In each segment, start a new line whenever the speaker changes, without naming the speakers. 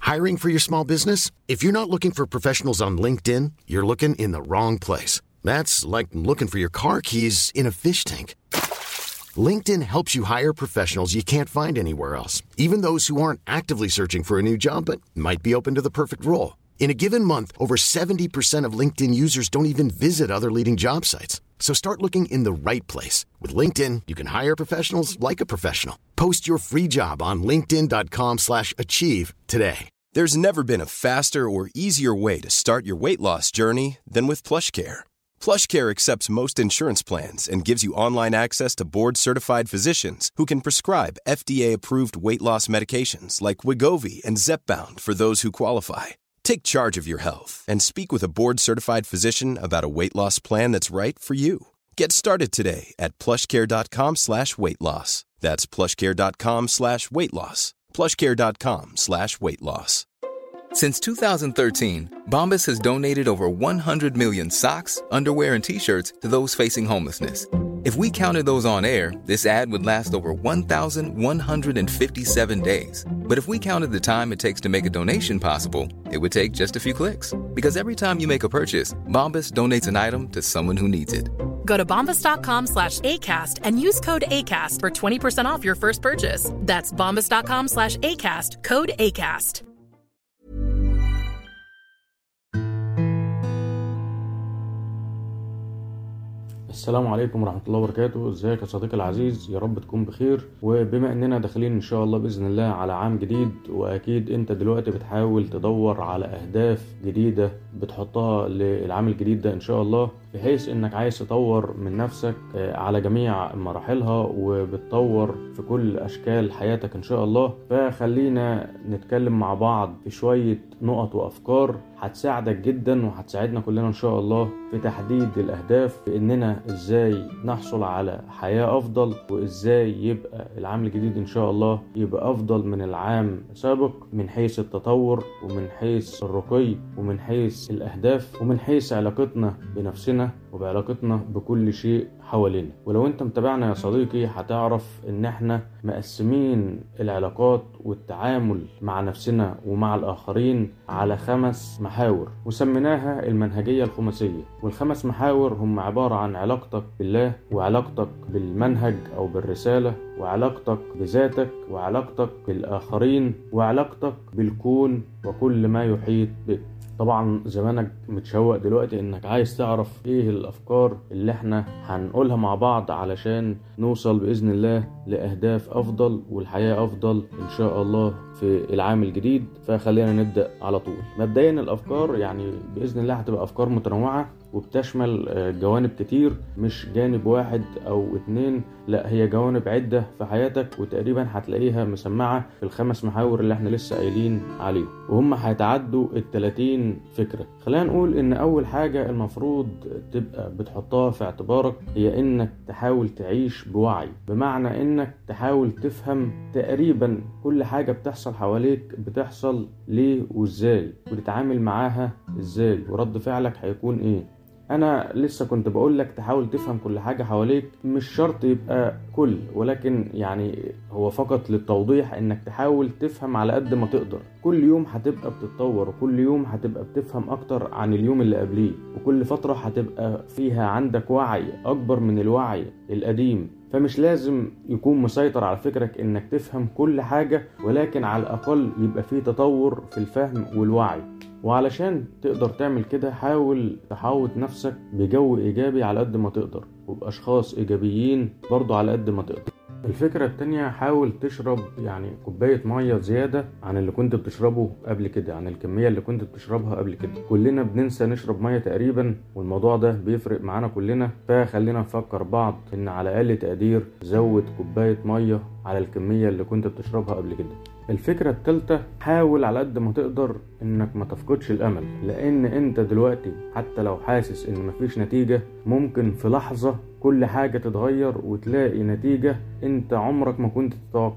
Hiring for your small business? If you're not looking for professionals on LinkedIn, you're looking in the wrong place. That's like looking for your car keys in a fish tank. LinkedIn helps you hire professionals you can't find anywhere else, even those who aren't actively searching for a new job but might be open to the perfect role. In a given month, over 70% of LinkedIn users don't even visit other leading job sites. So start looking in the right place. With LinkedIn, you can hire professionals like a professional. Post your free job on linkedin.com/achieve today.
There's never been a faster or easier way to start your weight loss journey than with PlushCare. PlushCare accepts most insurance plans and gives you online access to board-certified physicians who can prescribe FDA-approved weight loss medications like Wegovy and Zepbound for those who qualify. Take charge of your health and speak with a board-certified physician about a weight loss plan that's right for you. Get started today at plushcare.com/weight loss. That's plushcare.com/weight loss. plushcare.com/weight loss.
Since 2013, Bombas has donated over 100 million socks, underwear, and T-shirts to those facing homelessness. If we counted those on air, this ad would last over 1,157 days. But if we counted the time it takes to make a donation possible, it would take just a few clicks. Because every time you make a purchase, Bombas donates an item to someone who needs it.
Go to bombas.com/ACAST and use code ACAST for 20% off your first purchase. That's bombas.com/ACAST, code ACAST.
السلام عليكم ورحمة الله وبركاته. ازيك يا صديقي العزيز؟ يا رب تكون بخير. وبما اننا داخلين ان شاء الله بإذن الله على عام جديد، واكيد انت دلوقتي بتحاول تدور على اهداف جديدة بتحطها للعام الجديد ده ان شاء الله، بحيث انك عايز تطور من نفسك على جميع مراحلها وبتطور في كل اشكال حياتك ان شاء الله. فخلينا نتكلم مع بعض في شوية نقط وافكار هتساعدك جدا وهتساعدنا كلنا ان شاء الله في تحديد الاهداف، في اننا ازاي نحصل على حياة افضل، وازاي يبقى العام الجديد ان شاء الله يبقى افضل من العام السابق، من حيث التطور ومن حيث الرقي ومن حيث الاهداف ومن حيث علاقتنا بنفسنا وبعلاقتنا بكل شيء حوالينا. ولو انت متابعنا يا صديقي هتعرف ان احنا مقسمين العلاقات والتعامل مع نفسنا ومع الآخرين على 5 محاور، وسميناها المنهجية الخماسية. والخمس محاور هم عبارة عن علاقتك بالله، وعلاقتك بالمنهج أو بالرسالة، وعلاقتك بذاتك، وعلاقتك بالآخرين، وعلاقتك بالكون وكل ما يحيط بك. طبعا زمانك متشوق دلوقتي انك عايز تعرف ايه الافكار اللي احنا هنقولها مع بعض علشان نوصل باذن الله لاهداف افضل والحياة افضل ان شاء الله في العام الجديد. فخلينا نبدأ على طول. مبدئيا الافكار يعني باذن الله هتبقى افكار متنوعة وبتشمل جوانب كتير، مش جانب واحد او 2، لا هي جوانب عدة في حياتك، وتقريبا هتلاقيها مسمعة في ال5 محاور اللي احنا لسه قايلين عليهم، وهم هيتعدوا 30 فكرة. خلينا نقول ان اول حاجة المفروض تبقى بتحطها في اعتبارك هي انك تحاول تعيش بوعي، بمعنى انك تحاول تفهم تقريبا كل حاجة بتحصل حواليك بتحصل ليه وازاي، وتتعامل معاها ازاي، ورد فعلك هيكون ايه. انا لسه كنت بقول لك تحاول تفهم كل حاجة حواليك، مش شرط يبقى كل، ولكن يعني هو فقط للتوضيح انك تحاول تفهم على قد ما تقدر. كل يوم هتبقى بتتطور، وكل يوم هتبقى بتفهم اكتر عن اليوم اللي قبليه، وكل فترة هتبقى فيها عندك وعي اكبر من الوعي القديم. فمش لازم يكون مسيطر على فكرك انك تفهم كل حاجة، ولكن على الاقل يبقى فيه تطور في الفهم والوعي. وعلشان تقدر تعمل كده حاول تحاوط نفسك بجو إيجابي على قد ما تقدر، وبأشخاص إيجابيين برضو على قد ما تقدر. الفكرة التانية حاول تشرب يعني كوباية مية زيادة عن اللي كنت بتشربه قبل كده، عن الكمية اللي كنت بتشربها قبل كده. كلنا بننسى نشرب مية تقريبا، والموضوع ده بيفرق معانا كلنا. فخلينا نفكر بعض ان على اقل تقدير زود كوباية مية على الكمية اللي كنت بتشربها قبل كده. الفكرة الثالثة حاول على قد ما تقدر انك ما تفقدش الامل، لان انت دلوقتي حتى لو حاسس ان مفيش نتيجة، ممكن في لحظة كل حاجة تتغير وتلاقي نتيجة انت عمرك ما كنت تتوقعها.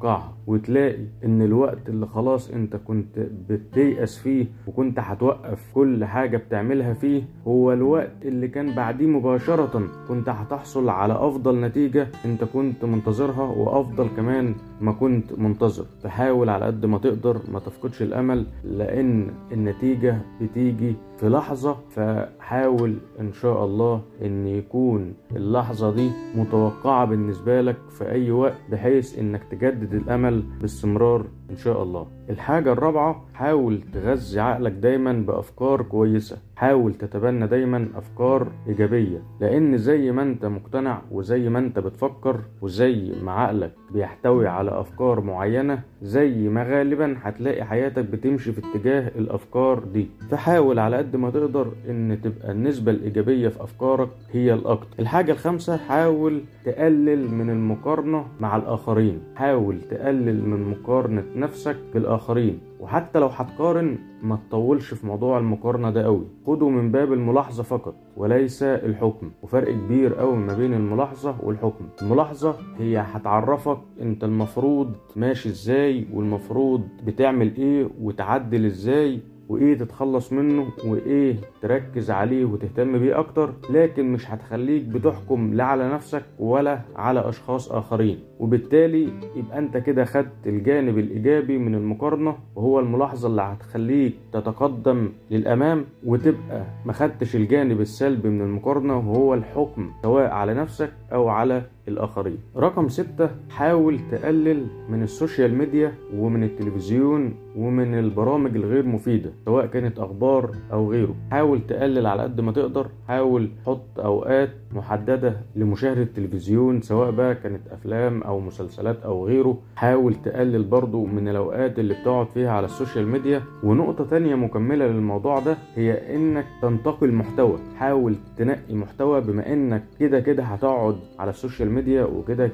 وتلاقي ان الوقت اللي خلاص انت كنت بتيأس فيه وكنت هتوقف كل حاجة بتعملها فيه هو الوقت اللي كان بعديه مباشرة كنت هتحصل على افضل نتيجة انت كنت منتظرها وافضل كمان ما كنت منتظر. فحاول على قد ما تقدر ما تفقدش الامل، لان النتيجة بتيجي في لحظة. فحاول ان شاء الله ان يكون اللحظة دي متوقعة بالنسبة لك في اي وقت، بحيث انك تجدد الامل باستمرار ان شاء الله. الحاجة الرابعة، حاول تغذي عقلك دايما بافكار كويسة. حاول تتبنى دايما افكار ايجابية، لان زي ما انت مقتنع وزي ما انت بتفكر وزي ما عقلك بيحتوي على افكار معينة، زي ما غالبا هتلاقي حياتك بتمشي في اتجاه الافكار دي. فحاول على قد ما تقدر ان تبقى النسبة الايجابية في افكارك هي الاكتر. الحاجة الخامسة، حاول تقلل من المقارنة مع الاخرين. حاول تقلل من مقارنة نفسك بالاخرين، وحتى لو هتقارن ما تطولش في موضوع المقارنة ده قوي، خده من باب الملاحظة فقط وليس الحكم. وفرق كبير قوي ما بين الملاحظة والحكم. الملاحظة هي هتعرفك انت المفروض ماشي ازاي والمفروض بتعمل ايه وتعدل ازاي وايه تتخلص منه وايه تركز عليه وتهتم بيه اكتر، لكن مش هتخليك بتحكم لا على نفسك ولا على اشخاص اخرين. وبالتالي يبقى انت كده خدت الجانب الايجابي من المقارنة، وهو الملاحظة اللي هتخليك تتقدم للامام، وتبقى ما خدتش الجانب السلبي من المقارنة وهو الحكم سواء على نفسك او على الآخرين. رقم 6، حاول تقلل من السوشيال ميديا ومن التلفزيون ومن البرامج الغير مفيدة سواء كانت أخبار أو غيره. حاول تقلل على قد ما تقدر. حاول تحط أوقات محددة لمشاهدة التلفزيون سواء بقى كانت أفلام أو مسلسلات أو غيره. حاول تقلل برضو من الأوقات اللي بتقعد فيها على السوشيال ميديا. ونقطة تانية مكملة للموضوع ده هي إنك تنتقي المحتوى. حاول تنقي محتوى، بما إنك كده هتقعد على السوشيال ميديا وكده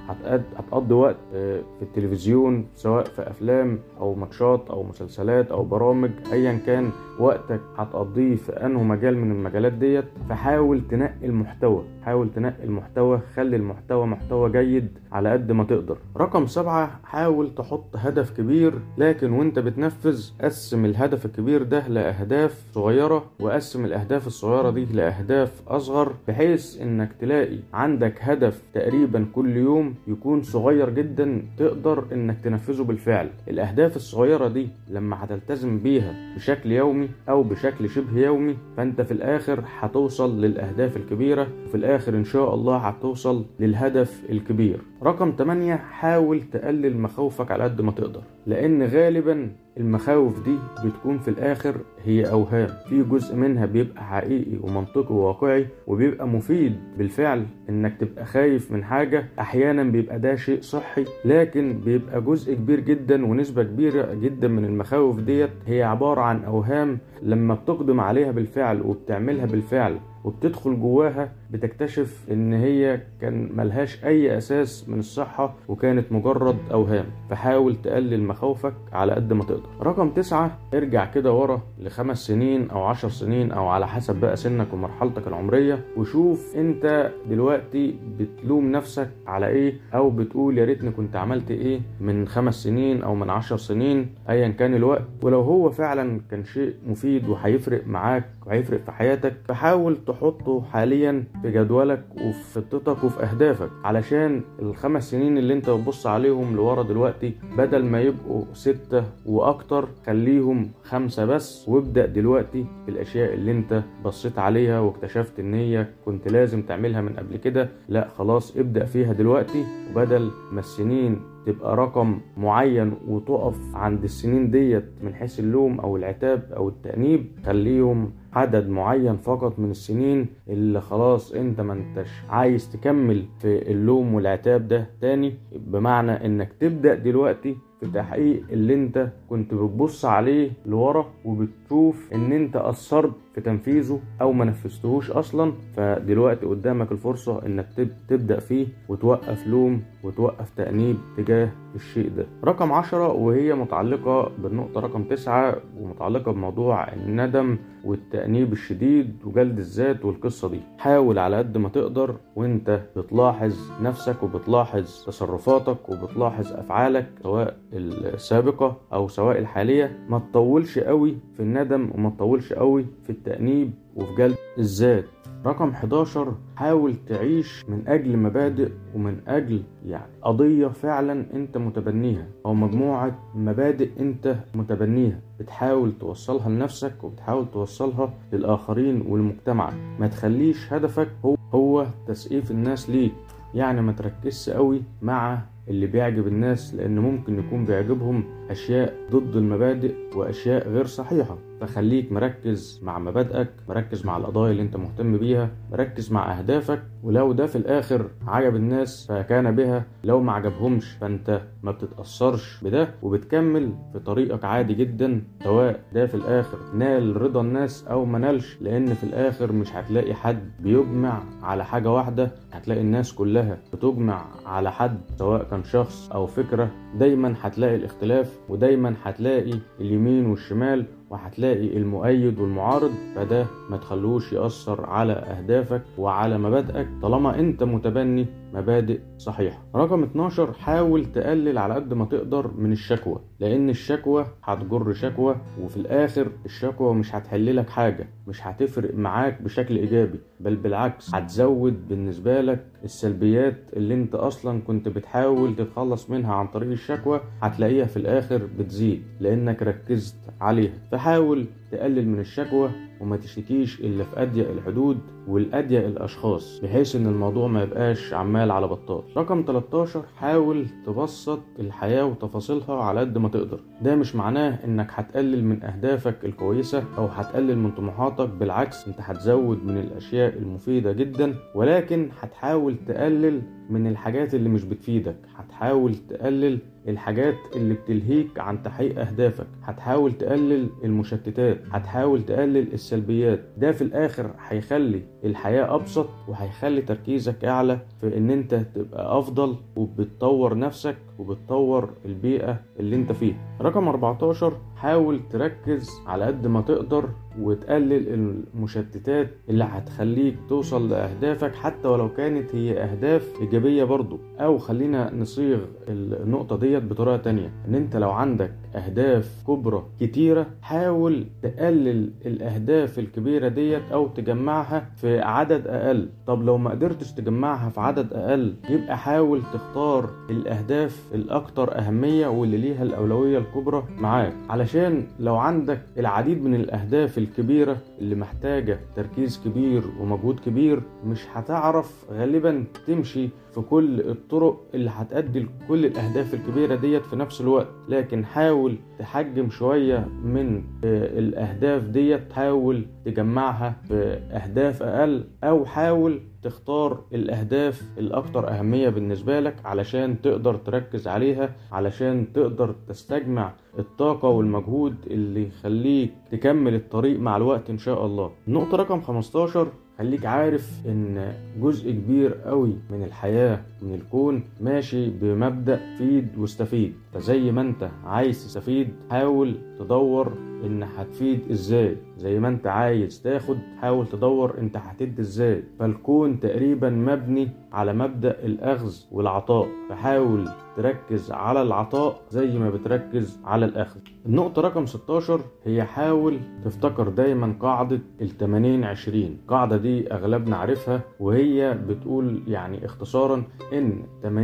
هتقضي وقت في التلفزيون سواء في افلام او ماتشات او مسلسلات او برامج، ايا كان وقتك هتقضيه في انه مجال من المجالات ديت. فحاول تنقي المحتوى. حاول تنقي المحتوى، خلي المحتوى محتوى جيد على قد ما تقدر. رقم 7، حاول تحط هدف كبير، لكن وانت بتنفذ قسم الهدف الكبير ده لأهداف صغيرة، وقسم الأهداف الصغيرة دي لأهداف أصغر، بحيث انك تلاقي عندك هدف تقريبا كل يوم يكون صغير جدا تقدر انك تنفذه بالفعل. الأهداف الصغيرة دي لما هتلتزم بيها بشكل يومي او بشكل شبه يومي، فانت في الآخر هتوصل للأهداف الكبيرة، وفي الآخر ان شاء الله هتوصل للهدف الكبير. رقم 8، حاول تقلل مخاوفك على قد ما تقدر، لان غالبا المخاوف دي بتكون في الآخر هي أوهام. في جزء منها بيبقى حقيقي ومنطقي وواقعي وبيبقى مفيد بالفعل. انك تبقى خايف من حاجة احيانا بيبقى ده شيء صحي، لكن بيبقى جزء كبير جدا ونسبة كبيرة جدا من المخاوف ديت هي عبارة عن أوهام. لما بتقدم عليها بالفعل وبتعملها بالفعل وبتدخل جواها بتكتشف ان هي كان ملهاش اي اساس من الصحة وكانت مجرد اوهام. فحاول تقلل مخاوفك على قد ما تقدر. رقم 9، ارجع كده ورا ل5 سنين او 10 سنين او على حسب بقى سنك ومرحلتك العمرية، وشوف انت دلوقتي بتلوم نفسك على ايه، او بتقول يا ريتني كنت عملت ايه من 5 سنين او من 10 سنين ايا كان الوقت. ولو هو فعلا كان شيء مفيد وهيفرق معاك وهيفرق في حياتك، فحاول تحطه حاليا في جدولك وفي خطتك وفي اهدافك، علشان ال5 سنين اللي انت بتبص عليهم لورا دلوقتي بدل ما يبقوا 6 واكتر خليهم 5 بس. وابدأ دلوقتي في الاشياء اللي انت بصيت عليها واكتشفت ان هي كنت لازم تعملها من قبل كده، لا خلاص ابدأ فيها دلوقتي. وبدل ما السنين تبقى رقم معين وتقف عند السنين ديت من حيث اللوم او العتاب او التأنيب، خليهم عدد معين فقط من السنين اللي خلاص انت ما انتش عايز تكمل في اللوم والعتاب ده تاني. بمعنى انك تبدأ دلوقتي في تحقيق اللي انت كنت بتبص عليه لورا وبتشوف ان انت قصرت في تنفيذه او ما نفذتهوش اصلا، فدلوقتي قدامك الفرصة انك تبدأ فيه وتوقف لوم وتوقف تأنيب تجاه الشيء ده. رقم 10 وهي متعلقة بالنقطة رقم 9 ومتعلقة بموضوع الندم والتأنيب الشديد وجلد الذات والقصة دي. حاول على قد ما تقدر وانت بتلاحظ نفسك وبتلاحظ تصرفاتك وبتلاحظ افعالك سواء السابقة او سواء الحالية، ما تطولش قوي في الندم وما تطولش قوي في التأنيب وفي جلد الذات. رقم 11 حاول تعيش من أجل مبادئ ومن أجل قضية فعلا أنت متبنيها أو مجموعة مبادئ أنت متبنيها، بتحاول توصلها لنفسك وبتحاول توصلها للآخرين والمجتمع. ما تخليش هدفك هو تسقيف الناس ليك، ما تركزش قوي مع اللي بيعجب الناس، لأن ممكن يكون بيعجبهم أشياء ضد المبادئ وأشياء غير صحيحة. فخليك مركز مع مبادئك، مركز مع القضايا اللي انت مهتم بيها، مركز مع أهدافك، ولو ده في الآخر عجب الناس فكان بها، لو ما عجبهمش فانت ما بتتأثرش بده وبتكمل في طريقك عادي جدا، سواء ده في الآخر نال رضا الناس أو ما نالش، لأن في الآخر مش هتلاقي حد بيجمع على حاجة واحدة، هتلاقي الناس كلها بتجمع على حد سواء كان شخص أو فكرة. دايما هتلاقي الاختلاف ودايما هتلاقي اليمين والشمال وهتلاقي المؤيد والمعارض، فده ما تخلوش يأثر على أهدافك وعلى مبادئك طالما انت متبني مبادئ صحيحة. رقم 12 حاول تقلل على قد ما تقدر من الشكوى، لأن الشكوى هتجر شكوى وفي الآخر الشكوى مش هتحللك حاجة، مش هتفرق معاك بشكل إيجابي، بل بالعكس هتزود بالنسبة لك السلبيات اللي انت أصلا كنت بتحاول تتخلص منها عن طريق الشكوى، هتلاقيها في الآخر بتزيد لأنك ركزت عليها. فحاول تقلل من الشكوى وما تشتكيش إلا في أضيق الحدود والأضيق الأشخاص، بحيث إن الموضوع ما يبقاش عمال على بطال. رقم 13 حاول تبسط الحياة وتفاصيلها على قد ما تقدر. ده مش معناه إنك هتقلل من أهدافك الكويسة أو هتقلل من طموحاتك، بالعكس انت هتزود من الأشياء المفيدة جدا، ولكن هتحاول تقلل من الحاجات اللي مش بتفيدك، هتحاول تقلل الحاجات اللي بتلهيك عن تحقيق أهدافك، هتحاول تقلل المشتتات، هتحاول تقلل السلبيات. ده في الآخر هيخلي الحياة أبسط وهيخلي تركيزك أعلى في إن أنت تبقى أفضل وبتطور نفسك وبتطور البيئة اللي أنت فيها. رقم 14 حاول تركز على قد ما تقدر وتقلل المشتتات اللي هتخليك توصل لأهدافك، حتى ولو كانت هي أهداف إيجابية برضو. أو خلينا نصيغ النقطة ديت بطريقة تانية، إن أنت لو عندك أهداف كبرى كتيرة حاول تقلل الأهداف الكبيرة ديت أو تجمعها في عدد أقل. طب لو ما قدرتش تجمعها في عدد أقل يبقى حاول تختار الأهداف الأكثر أهمية واللي ليها الأولوية الكبرى معاك، علشان لو عندك العديد من الأهداف الكبيرة اللي محتاجة تركيز كبير ومجهود كبير مش هتعرف غالبا تمشي في كل الطرق اللي هتأدي لكل الأهداف الكبيرة ديت في نفس الوقت. لكن حاول تحجم شوية من الأهداف ديت، حاول تجمعها في أهداف أقل، أو حاول تختار الأهداف الأكثر أهمية بالنسبة لك علشان تقدر تركز عليها، علشان تقدر تستجمع الطاقة والمجهود اللي يخليك تكمل الطريق مع الوقت إن شاء الله. النقطة رقم 15 خليك عارف ان جزء كبير قوي من الحياة من الكون ماشي بمبدأ فيد واستفيد. فزي ما انت عايز تستفيد حاول تدور ان هتفيد ازاي، زي ما انت عايز تاخد حاول تدور انت هتدي ازاي. فالكون تقريبا مبني على مبدأ الاخذ والعطاء، فحاول تركز على العطاء زي ما بتركز على الأخذ. النقطة رقم 16 هي حاول تفتكر دايما قاعدة 80-20. القاعدة دي أغلبنا عارفها، وهي بتقول اختصارا إن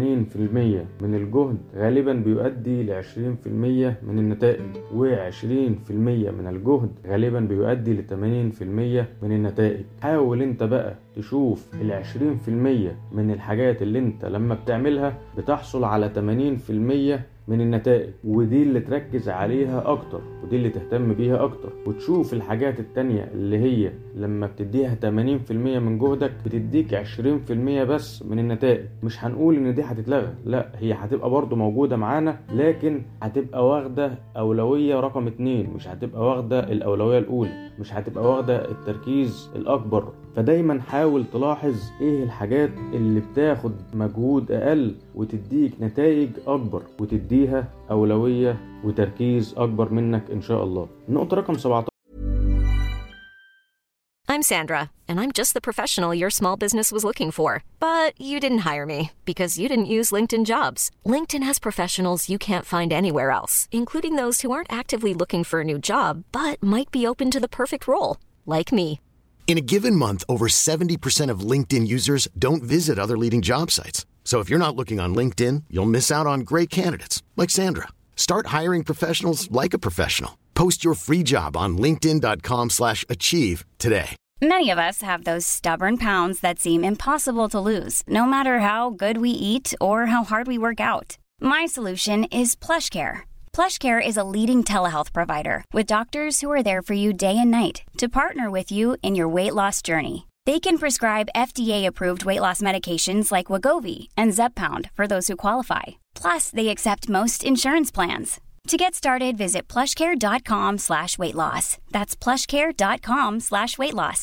80% من الجهد غالبا بيؤدي ل20% من النتائج، و20% من الجهد غالبا بيؤدي ل80% من النتائج. حاول انت بقى تشوف 20% من الحاجات اللي انت لما بتعملها بتحصل على 80% من النتائج، ودي اللي تركز عليها اكتر، ودي اللي تهتم بيها اكتر، وتشوف الحاجات التانية اللي هي لما بتديها 80% من جهدك بتديك 20% بس من النتائج. مش هنقول ان دي هتتلغى، لا، هي هتبقى برضو موجودة معانا، لكن هتبقى واخدة اولوية رقم 2، مش هتبقى واخدة الاولوية الاولى، مش هتبقى واخدة التركيز الاكبر. فدايما حاول تلاحظ ايه الحاجات اللي بتاخد مجهود اقل وتديك نتائج اكبر، وتديها اولوية وتركيز اكبر منك ان شاء الله. النقطة رقم 17.
I'm Sandra, and I'm just the professional your small business was looking for. But you didn't hire me because you didn't use LinkedIn Jobs. LinkedIn has professionals you can't find anywhere else, including those who aren't actively looking for a new job, but might be open to the perfect role, like me.
In a given month, over 70% of LinkedIn users don't visit other leading job sites. So if you're not looking on LinkedIn, you'll miss out on great candidates like Sandra. Start hiring professionals like a professional. Post your free job on linkedin.com/achieve today.
Many of us have those stubborn pounds that seem impossible to lose, no matter how good we eat or how hard we work out. My solution is PlushCare. PlushCare is a leading telehealth provider with doctors who are there for you day and night to partner with you in your weight loss journey. They can prescribe FDA-approved weight loss medications like Wegovy and Zepbound for those who qualify. Plus, they accept most insurance plans. To get started, visit plushcare.com/weightloss. That's plushcare.com/weightloss.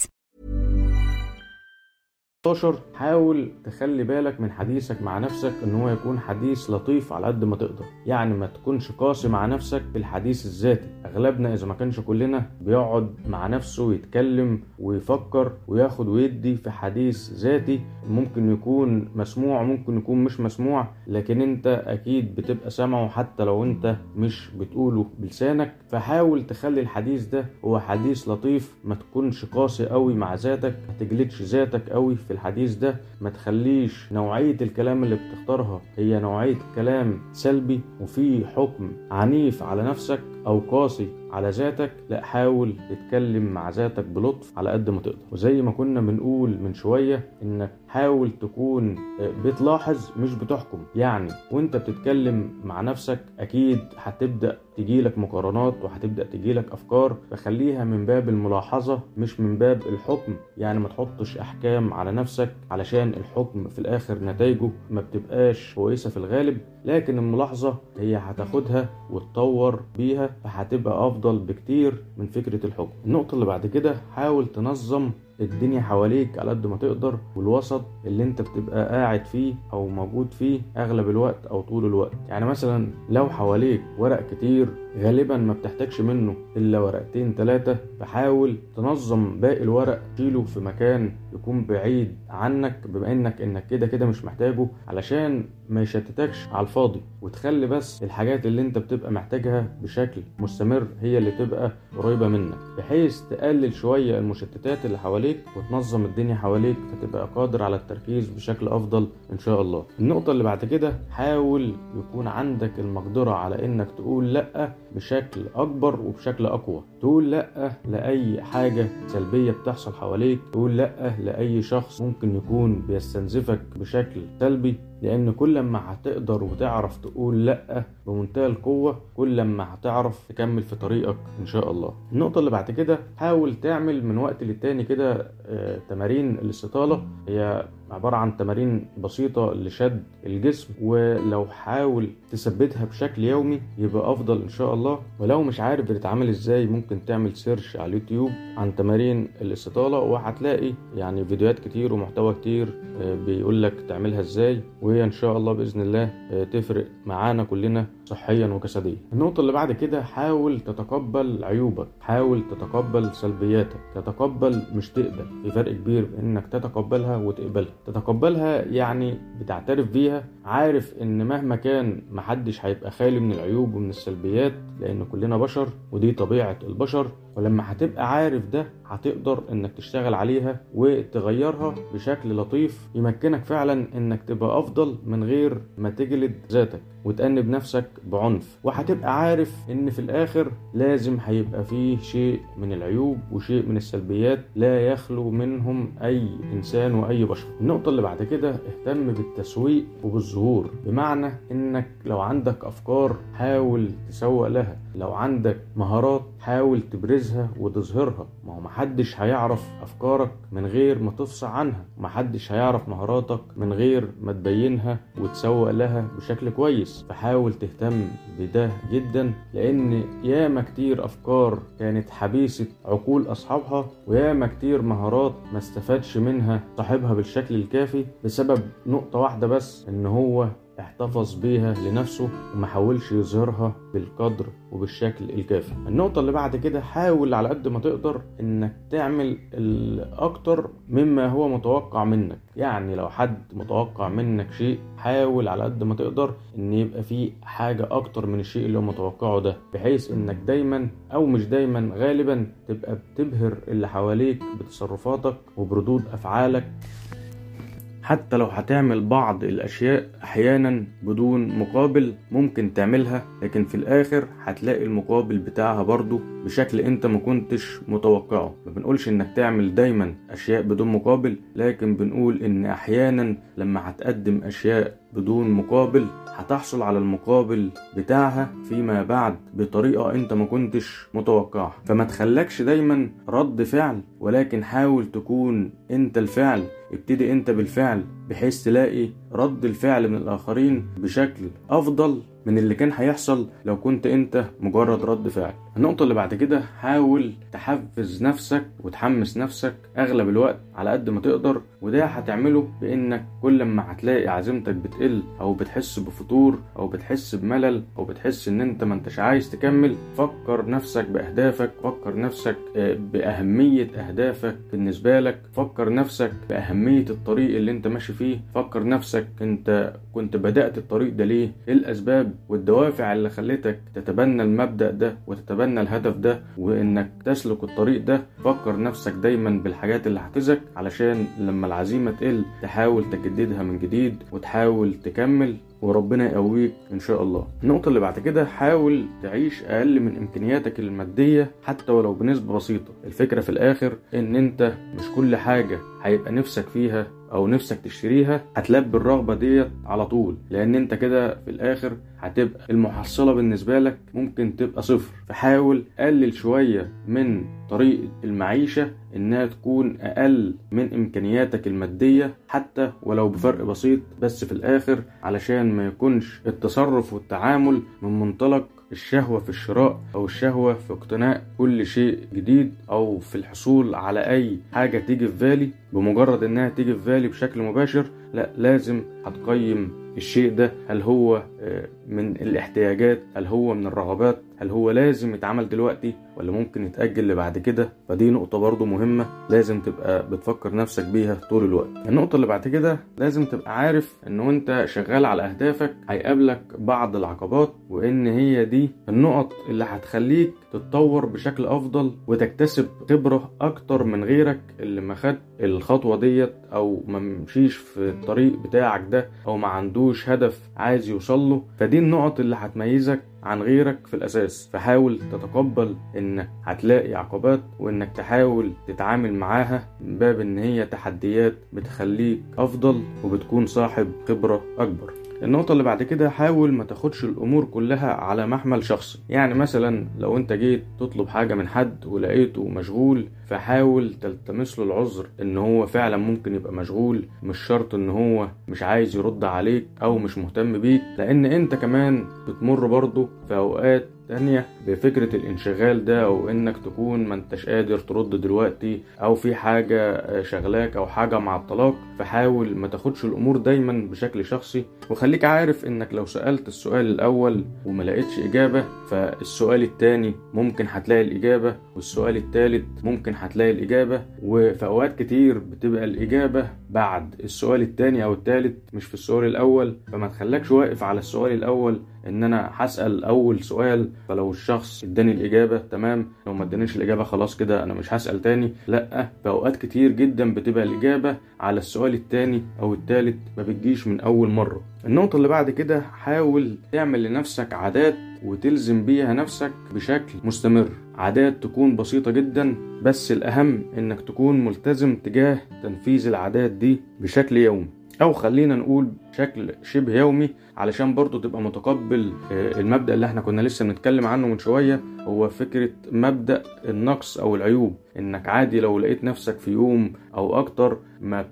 16. حاول تخلي بالك من حديثك مع نفسك ان هو يكون حديث لطيف على قد ما تقدر. يعني ما تكونش قاسي مع نفسك في الحديث الذاتي. اغلبنا اذا ما كانش كلنا بيقعد مع نفسه يتكلم ويفكر وياخد ويدي في حديث ذاتي، ممكن يكون مسموع ممكن يكون مش مسموع، لكن انت اكيد بتبقى سامعه حتى لو انت مش بتقوله بلسانك. فحاول تخلي الحديث ده هو حديث لطيف، ما تكونش قاسي قوي مع ذاتك، ما تجلدش ذاتك قوي في الحديث ده، ما تخليش نوعية الكلام اللي بتختارها هي نوعية كلام سلبي وفي حكم عنيف على نفسك او قاسي على ذاتك. لا، حاول تتكلم مع ذاتك بلطف على قد ما تقدر. وزي ما كنا بنقول من شوية انك حاول تكون بتلاحظ مش بتحكم. يعني وانت بتتكلم مع نفسك اكيد هتبدأ تجيلك مقارنات وهتبدأ تجيلك افكار، فخليها من باب الملاحظة مش من باب الحكم. يعني ما تحطش احكام على نفسك علشان الحكم في الاخر نتائجه ما بتبقاش كويسة في الغالب، لكن الملاحظة هي هتاخدها وتطور بيها فهتبقى افضل بكتير من فكرة الحكم. النقطة اللي بعد كده، حاول تنظم الدنيا حواليك على قد ما تقدر، والوسط اللي انت بتبقى قاعد فيه او موجود فيه اغلب الوقت او طول الوقت. يعني مثلا لو حواليك ورق كتير غالبا ما بتحتاجش منه الا ورقتين 3، فحاول تنظم باقي الورق، تشيله في مكان يكون بعيد عنك بما انك كده مش محتاجه علشان ما يشتتكش على الفاضي، وتخلي بس الحاجات اللي انت بتبقى محتاجها بشكل مستمر هي اللي تبقى قريبة منك، بحيث تقلل شوية المشتتات اللي حواليك وتنظم الدنيا حواليك، فتبقى قادر على التركيز بشكل افضل ان شاء الله. النقطة اللي بعد كده، حاول يكون عندك المقدرة على انك تقول لا بشكل اكبر وبشكل اقوى. تقول لا لاي حاجة سلبية بتحصل حواليك، تقول لا لاي شخص ممكن يكون بيستنزفك بشكل سلبي، لان كل ما هتقدر وتعرف تقول لا بمنتهى القوة كل ما هتعرف تكمل في طريقك ان شاء الله. النقطة اللي بعد كده، حاول تعمل من وقت للتاني كده تمارين الاستطالة. هي عبارة عن تمارين بسيطة لشد الجسم، ولو حاول تثبتها بشكل يومي يبقى افضل ان شاء الله. ولو مش عارف بتتعامل ازاي، ممكن تعمل سيرش على اليوتيوب عن تمارين الاستطالة، وهتلاقي يعني فيديوهات كتير ومحتوى كتير بيقول لك تعملها ازاي، وهي ان شاء الله باذن الله تفرق معانا كلنا صحيا وجسديا. النقطة اللي بعد كده، حاول تتقبل عيوبك، حاول تتقبل سلبياتك، تتقبل مش تقبل. في فرق كبير انك تتقبلها وتقبلها. تتقبلها يعني بتعترف بيها، عارف ان مهما كان محدش هيبقى خالي من العيوب ومن السلبيات، لان كلنا بشر ودي طبيعة البشر، ولما هتبقى عارف ده هتقدر انك تشتغل عليها وتغيرها بشكل لطيف يمكنك فعلا انك تبقى افضل من غير ما تجلد ذاتك وتأنب نفسك بعنف. وهتبقى عارف ان في الاخر لازم هيبقى فيه شيء من العيوب وشيء من السلبيات لا يخلو منهم اي انسان واي بشر. النقطة اللي بعد كده اهتم بالتسويق وبالظهور، بمعنى انك لو عندك افكار حاول تسوق لها، لو عندك مهارات حاول تبرزها وتظهرها. ما هو محدش هيعرف افكارك من غير ما تفصح عنها، محدش هيعرف مهاراتك من غير ما تبينها وتسوق لها بشكل كويس. فحاول تهتم بده جدا، لان ياما كتير افكار كانت حبيسة عقول اصحابها، وياما كتير مهارات ما استفادش منها صاحبها بالشكل الكافي بسبب نقطة واحدة بس، ان هو احتفظ بيها لنفسه وما حاولش يظهرها بالقدر وبالشكل الكافي. النقطة اللي بعد كده حاول على قد ما تقدر انك تعمل الاكتر مما هو متوقع منك. يعني لو حد متوقع منك شيء حاول على قد ما تقدر ان يبقى فيه حاجة اكتر من الشيء اللي هو متوقعه ده، بحيث انك دايما او مش دايما غالبا تبقى بتبهر اللي حواليك بتصرفاتك وبردود افعالك. حتى لو هتعمل بعض الاشياء احيانا بدون مقابل ممكن تعملها، لكن في الاخر هتلاقي المقابل بتاعها برضو بشكل انت ما كنتش متوقعه. ما بنقولش انك تعمل دايما اشياء بدون مقابل، لكن بنقول ان احيانا لما هتقدم اشياء بدون مقابل هتحصل على المقابل بتاعها فيما بعد بطريقة انت ما كنتش متوقعها. فما تخلكش دايما رد فعل، ولكن حاول تكون انت الفعل. ابتدي انت بالفعل بحيث تلاقي رد الفعل من الاخرين بشكل افضل من اللي كان هيحصل لو كنت انت مجرد رد فعل. النقطة اللي بعد كده حاول تحفز نفسك وتحمس نفسك اغلب الوقت على قد ما تقدر، وده هتعمله بانك كل ما هتلاقي عزيمتك بتقل او بتحس بفتور او بتحس بملل او بتحس ان انت ما انتش عايز تكمل، فكر نفسك باهدافك، فكر نفسك باهمية اهدافك بالنسبة لك، فكر نفسك باهمية الطريق اللي انت ماشي فيه، فكر نفسك انت كنت بدأت الطريق ده ليه، ايه الاسباب والدوافع اللي خلتك تتبنى المبدأ ده وتتبنى الهدف ده وانك تسلك الطريق ده. فكر نفسك دايما بالحاجات اللي هتحفزك علشان لما العزيمة تقل تحاول تجددها من جديد وتحاول تكمل وربنا يقويك ان شاء الله. النقطة اللي بعد كده حاول تعيش اقل من امكانياتك المادية حتى ولو بنسبة بسيطة. الفكرة في الاخر ان انت مش كل حاجة هيبقى نفسك فيها او نفسك تشتريها هتلبي الرغبة ديت على طول، لان انت كده في الاخر هتبقى المحصلة بالنسبة لك ممكن تبقى صفر. فحاول قلل شوية من طريقة المعيشة انها تكون اقل من امكانياتك المادية حتى ولو بفرق بسيط، بس في الاخر علشان ما يكونش التصرف والتعامل من منطلق الشهوة في الشراء او الشهوة في اقتناء كل شيء جديد او في الحصول على اي حاجة تيجي في بالي بمجرد انها تيجي في بالي بشكل مباشر. لا، لازم هتقيم الشيء ده، هل هو من الاحتياجات، هل هو من الرغبات، هل هو لازم يتعمل دلوقتي ولا ممكن يتأجل لبعد كده. فدي نقطة برضو مهمة لازم تبقى بتفكر نفسك بيها طول الوقت. النقطة اللي بعد كده لازم تبقى عارف ان وانت شغال على اهدافك هيقابلك بعض العقبات، وان هي دي النقط اللي هتخليك تتطور بشكل افضل وتكتسب خبرة اكتر من غيرك اللي ما خد الخطوة ديت او ما مشيش في الطريق بتاعك ده او ما عندوش هدف عايز يوصله. فدي النقط اللي هتميزك عن غيرك في الأساس. فحاول تتقبل إنك هتلاقي عقبات وإنك تحاول تتعامل معاها من باب إن هي تحديات بتخليك أفضل وبتكون صاحب خبرة أكبر. النقطة اللي بعد كده حاول ما تاخدش الأمور كلها على محمل شخصي. يعني مثلا لو أنت جيت تطلب حاجة من حد ولقيته مشغول فحاول تلتمس له العذر إن هو فعلا ممكن يبقى مشغول، مش شرط إن هو مش عايز يرد عليك أو مش مهتم بيك، لأن أنت كمان بتمر برضه في أوقات تانية بفكرة الانشغال ده، او انك تكون ما انتش قادر ترد دلوقتي او في حاجة شغلاك او حاجة معطلاك. فحاول ما تاخدش الامور دايما بشكل شخصي، وخليك عارف انك لو سألت السؤال الاول وما لقيتش اجابة فالسؤال التاني ممكن هتلاقي الاجابة، والسؤال التالت ممكن هتلاقي الاجابة، وفي اوقات كتير بتبقى الاجابة بعد السؤال التاني او التالت مش في السؤال الاول. فما تخلكش واقف على السؤال الاول ان انا هسأل اول سؤال فلو الشخص اداني الإجابة تمام، لو ما ادانيش الإجابة خلاص كده أنا مش هسأل تاني. لأ، في أوقات كتير جدا بتبقى الإجابة على السؤال التاني أو التالت ما بتجيش من أول مرة. النقطة اللي بعد كده، حاول تعمل لنفسك عادات وتلزم بيها نفسك بشكل مستمر. عادات تكون بسيطة جدا، بس الأهم إنك تكون ملتزم تجاه تنفيذ العادات دي بشكل يومي، أو خلينا نقول بشكل شبه يومي، علشان برضو تبقى متقبل المبدأ اللي احنا كنا لسه بنتكلم عنه من شوية، هو فكرة مبدأ النقص أو العيوب. إنك عادي لو لقيت نفسك في يوم أو أكتر ما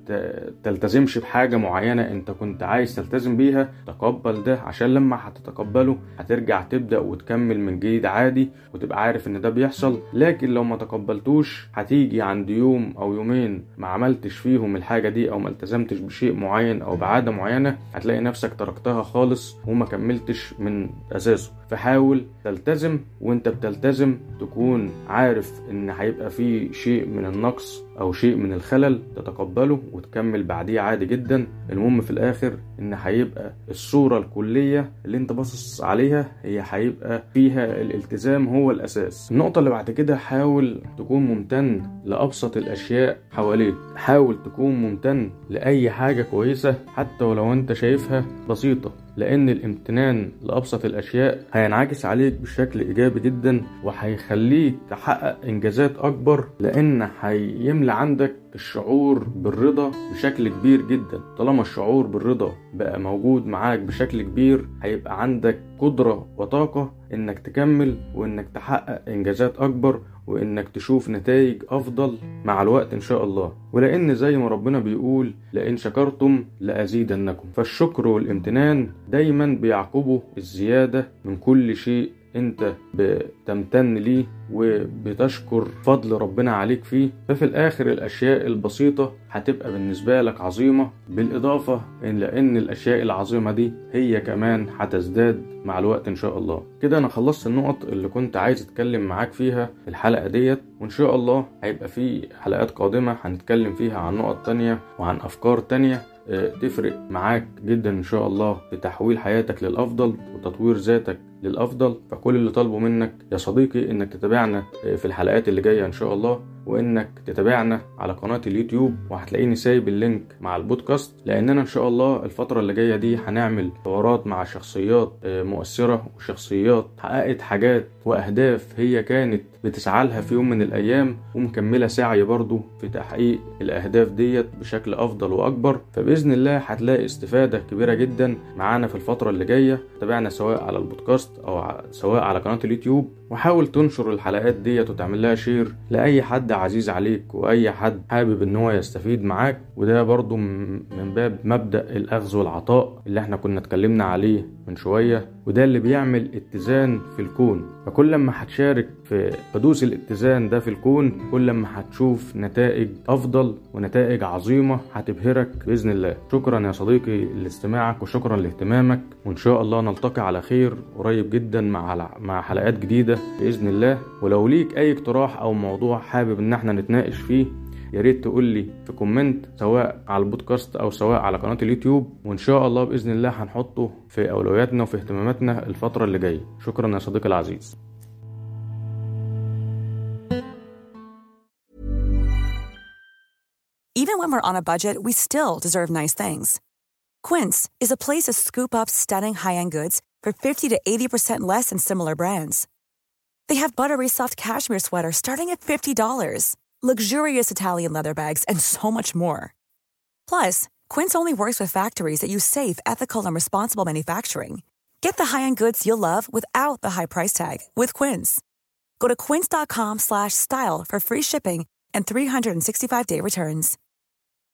تلتزمش بحاجة معينة أنت كنت عايز تلتزم بيها، تقبل ده، عشان لما هتتقبله هترجع تبدأ وتكمل من جديد عادي، وتبقى عارف إن ده بيحصل. لكن لو ما تقبلتوش، هتيجي عند يوم أو يومين ما عملتش فيهم الحاجة دي أو ما التزمتش بشيء معين أو بعادة معينة، هتلاقي نفسك تركتها خالص وما كملتش من أساسه. فحاول تلتزم، وانت بتلتزم تكون عارف ان هيبقى فيه شيء من النقص او شيء من الخلل، تتقبله وتكمل بعديه عادي جدا. المهم في الاخر ان هيبقى الصورة الكلية اللي انت باصص عليها هي هيبقى فيها الالتزام هو الاساس. النقطة اللي بعد كده، حاول تكون ممتن لابسط الاشياء حواليك. حاول تكون ممتن لاي حاجة كويسة حتى ولو انت شايفها بسيطة، لأن الامتنان لأبسط الأشياء هينعكس عليك بشكل إيجابي جدا، وهيخليك تحقق إنجازات أكبر، لأن هيملى عندك الشعور بالرضا بشكل كبير جدا. طالما الشعور بالرضا بقى موجود معاك بشكل كبير، هيبقى عندك قدرة وطاقة إنك تكمل وإنك تحقق إنجازات أكبر وإنك تشوف نتائج أفضل مع الوقت إن شاء الله. ولأن زي ما ربنا بيقول لئن شكرتم لأزيدنكم، فالشكر والامتنان دايما بيعقبوا الزيادة من كل شيء انت بتمتن ليه وبتشكر فضل ربنا عليك فيه. ففي الاخر الاشياء البسيطة هتبقى بالنسبة لك عظيمة، بالاضافة لان الاشياء العظيمة دي هي كمان هتزداد مع الوقت ان شاء الله. كده انا خلصت النقط اللي كنت عايز اتكلم معاك فيها في الحلقة ديت، وان شاء الله هيبقى في حلقات قادمة هنتكلم فيها عن نقط تانية وعن افكار تانية تفرق معاك جدا ان شاء الله في تحويل حياتك للافضل وتطوير ذاتك للافضل. فكل اللي طالبه منك يا صديقي انك تتابعنا في الحلقات اللي جايه ان شاء الله، وانك تتابعنا على قناه اليوتيوب، وهتلاقيني سايب اللينك مع البودكاست، لاننا ان شاء الله الفتره اللي جايه دي هنعمل حوارات مع شخصيات مؤثره وشخصيات حققت حاجات واهداف هي كانت بتسعى لها في يوم من الايام، ومكمله سعي برضو في تحقيق الاهداف ديت بشكل افضل واكبر. فباذن الله هتلاقي استفاده كبيره جدا معانا في الفتره اللي جايه. تابعنا سواء على البودكاست او سواء على قناه اليوتيوب، وحاول تنشر الحلقات ديت وتعمل لها شير لاي حد عزيز عليك واي حد حابب ان هو يستفيد معاك. وده برضو من باب مبدأ الاخذ والعطاء اللي احنا كنا اتكلمنا عليه من شوية، وده اللي بيعمل اتزان في الكون. فكل ما هتشارك في حدوث الاتزان ده في الكون، كل ما هتشوف نتائج افضل ونتائج عظيمة هتبهرك بإذن الله. شكرا يا صديقي لاستماعك، وشكرا لاهتمامك، وان شاء الله نلتقي على خير قريب جدا مع حلقات جديدة بإذن الله. ولو ليك اي اقتراح او موضوع حابب ان احنا نتناقش فيه، يا ريت تقول لي في كومنت سواء على البودكاست او سواء على قناة اليوتيوب، وان شاء الله باذن الله هنحطه في اولوياتنا وفي اهتماماتنا الفترة اللي جاية. شكرا يا صديقي العزيز.
Even when we're on a budget, we still deserve nice things. Quince is a place to scoop up stunning high-end goods for 50 to 80% less than similar brands. They have buttery soft cashmere sweaters starting at $50, luxurious Italian leather bags, and so much more. Plus, Quince only works with factories that use safe, ethical, and responsible manufacturing. Get the high-end goods you'll love without the high price tag with Quince. Go to quince.com/style for free shipping and 365-day returns.